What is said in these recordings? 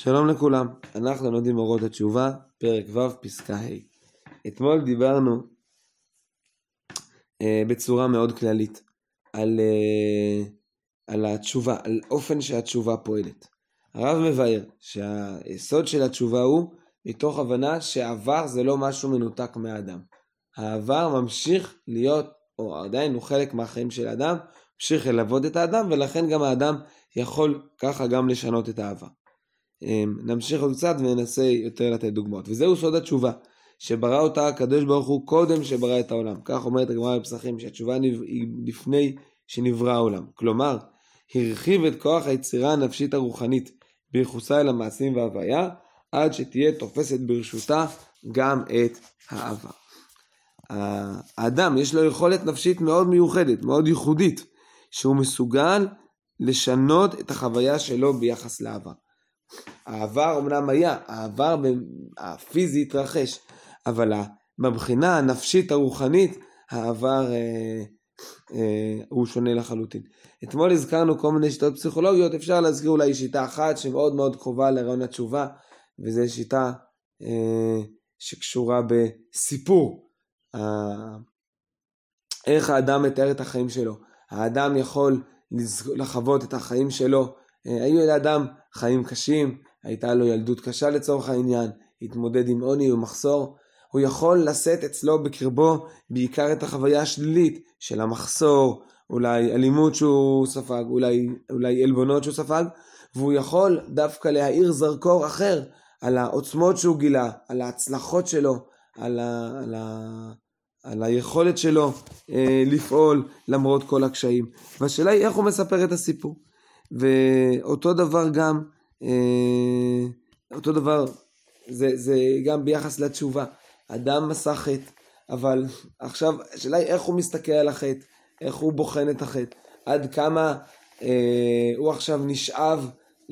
שלום לכולם, אנחנו לומדים אורות התשובה, פרק ו' פסקה ה'. אתמול דיברנו בצורה מאוד כללית על התשובה, על אופן שהתשובה פועלת. הרב מבאר שהיסוד של התשובה הוא מתוך הבנה שהעבר זה לא משהו מנותק מהאדם. העבר ממשיך להיות, או עדיין הוא חלק מהחיים של האדם, ממשיך ללוות את האדם, ולכן גם האדם יכול ככה גם לשנות את העבר. נמשיך עוד קצת וננסה יותר לתת דוגמאות. וזהו סוד התשובה, שברא אותה הקדוש ברוך הוא קודם שברא את העולם. כך אומרת הגמרא בפסחים, שהתשובה היא לפני שנברא העולם. כלומר, הרחיב את כוח היצירה הנפשית הרוחנית ביחוסה אל המעשים וההוויה, עד שתהיה תופסת ברשותה גם את העבר. האדם יש לו יכולת נפשית מאוד מיוחדת, מאוד ייחודית, שהוא מסוגל לשנות את החוויה שלו ביחס לעבר. העבר אמנם היה, העבר הפיזי התרחש, אבל מבחינה הנפשית הרוחנית, העבר הוא שונה לחלוטין. אתמול הזכרנו כל מיני שיטות פסיכולוגיות, אפשר להזכיר אולי שיטה אחת שמאוד מאוד קרובה לרעיון התשובה, וזו שיטה שקשורה בסיפור. איך האדם מתאר את החיים שלו. האדם יכול לחוות את החיים שלו, היו לאדם חיים קשים, הייתה לו ילדות קשה לצורך העניין, התמודד עם עוני ומחסור, הוא יכול לשאת אצלו בקרבו בעיקר את החוויה השלילית של המחסור, אולי אלימות שהוא ספג, אולי אלבונות שהוא ספג, והוא יכול דווקא להאיר זרקור אחר על העוצמות שהוא גילה, על ההצלחות שלו, על היכולת שלו לפעול למרות כל הקשיים. והשאלה היא איך הוא מספר את הסיפור. ואותו דבר גם, אותו דבר זה גם ביחס לתשובה. אדם מסע חטא, אבל עכשיו השאלה היא איך הוא מסתכל על החטא, איך הוא בוחן את החטא, עד כמה הוא עכשיו נשאב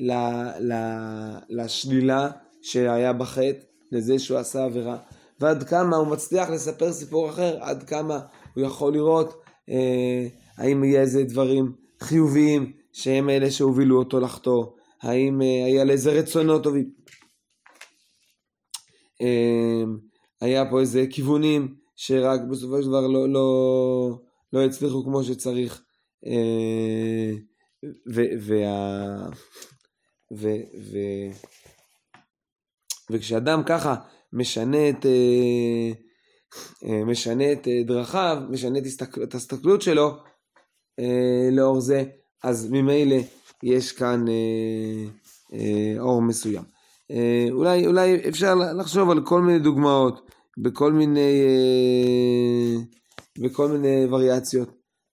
לשלילה שהיה בחטא, לזה שהוא עשה עבירה, ועד כמה הוא מצליח לספר סיפור אחר, עד כמה הוא יכול לראות האם יהיה איזה דברים חיוביים שהם אלה שהובילו אותו לחטוא, האם היה לאיזה רצונות טובים, היה פה איזה כיוונים שרק בסופו של דבר לא הצליחו כמו שצריך, וכשאדם ככה משנה את דרכיו, משנה את ההסתכלות שלו לאור זה, אז ממילא יש כאן אור מסוים. אולי אפשר לחשוב על כל מיני דוגמאות, בכל מיני וריאציות.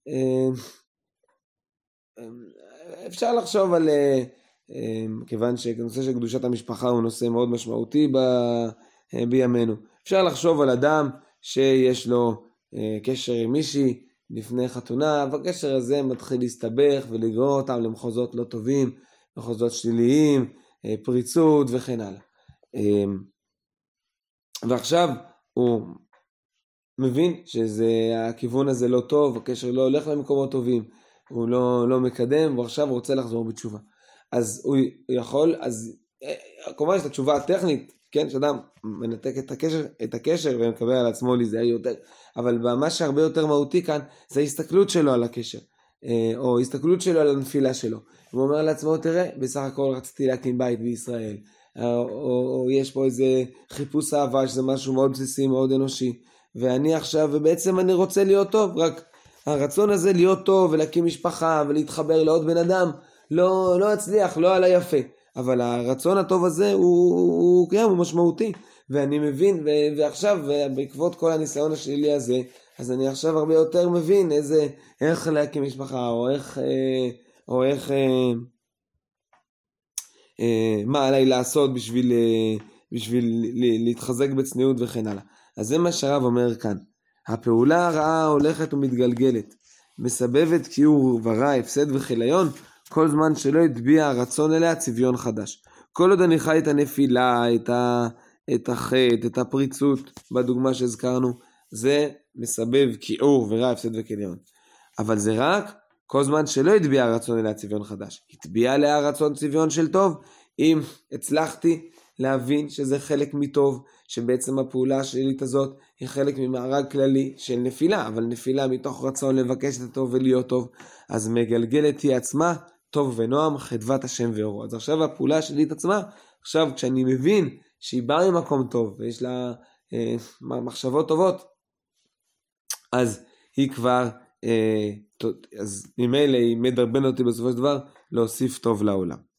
אפשר לחשוב על, כיוון שנושא של קדושת המשפחה הוא נושא מאוד משמעותי בימינו. אפשר לחשוב על אדם שיש לו קשר עם מישהי לפני חתונה, והקשר הזה מתחיל להסתבך ולגרור אותם למחוזות לא טובים, מחוזות שליליים, פריצות וכן הלאה. ועכשיו הוא מבין שהכיוון הזה לא טוב, הקשר לא הולך למקומות טובים, הוא לא מקדם, ועכשיו הוא רוצה לחזור בתשובה. אז הוא יכול, אז כמובן יש את התשובה הטכנית, כן, שאדם מנתק את הקשר ומקבל על עצמו להיזהר יותר, אבל מה שהרבה יותר מהותי כאן, זה ההסתכלות שלו על הקשר, או הסתכלות שלו על הנפילה שלו. הוא אומר לעצמו, תראה, בסך הכל רציתי להקים בית בישראל, או יש פה איזה חיפוש אהבה, שזה משהו מאוד בסיסי, מאוד אנושי, ואני עכשיו, ובעצם אני רוצה להיות טוב, רק הרצון הזה להיות טוב, ולהקים משפחה, ולהתחבר לעוד בן אדם, לא הצליח, לא עלה יפה, אבל הרצון הטוב הזה הוא משמעותי, ואני מבין, ועכשיו, בעקבות כל הניסיון השלילי הזה, אז אני עכשיו הרבה יותר מבין איך להקים משפחה, או איך מה עליי לעשות בשביל להתחזק בצניעות וכן הלאה. אז זה מה שהרב אומר כאן. הפעולה הרעה הולכת ומתגלגלת, מסבבת כיעור ורע, הפסד וחיליון, כל זמן שלא יטביע הרצון אליה צביון חדש. כל עוד אני חי את הנפילה, את החטא, את הפריצות, בדוגמה שהזכרנו, זה מסבב כיעור ורע, הפסד וחיליון. אבל זה רק כל זמן שלא יטביע הרצון אליה צביון חדש. יטביע עליה רצון צביון של טוב, אם הצלחתי להבין שזה חלק מטוב, שבעצם הפעולה השלילית הזאת היא חלק ממארג כללי של נפילה, אבל נפילה מתוך רצון לבקש את הטוב ולהיות טוב, אז מגלגלת היא עצמה טוב ונועם, חדוות השם ואורו. אז עכשיו הפעולה השלילית עצמה, עכשיו כשאני מבין שהיא באה ממקום טוב ויש לה מחשבות טובות, אז היא כבר, אז ממילא היא מדרבנת אותי בסופו של דבר להוסיף טוב לעולם.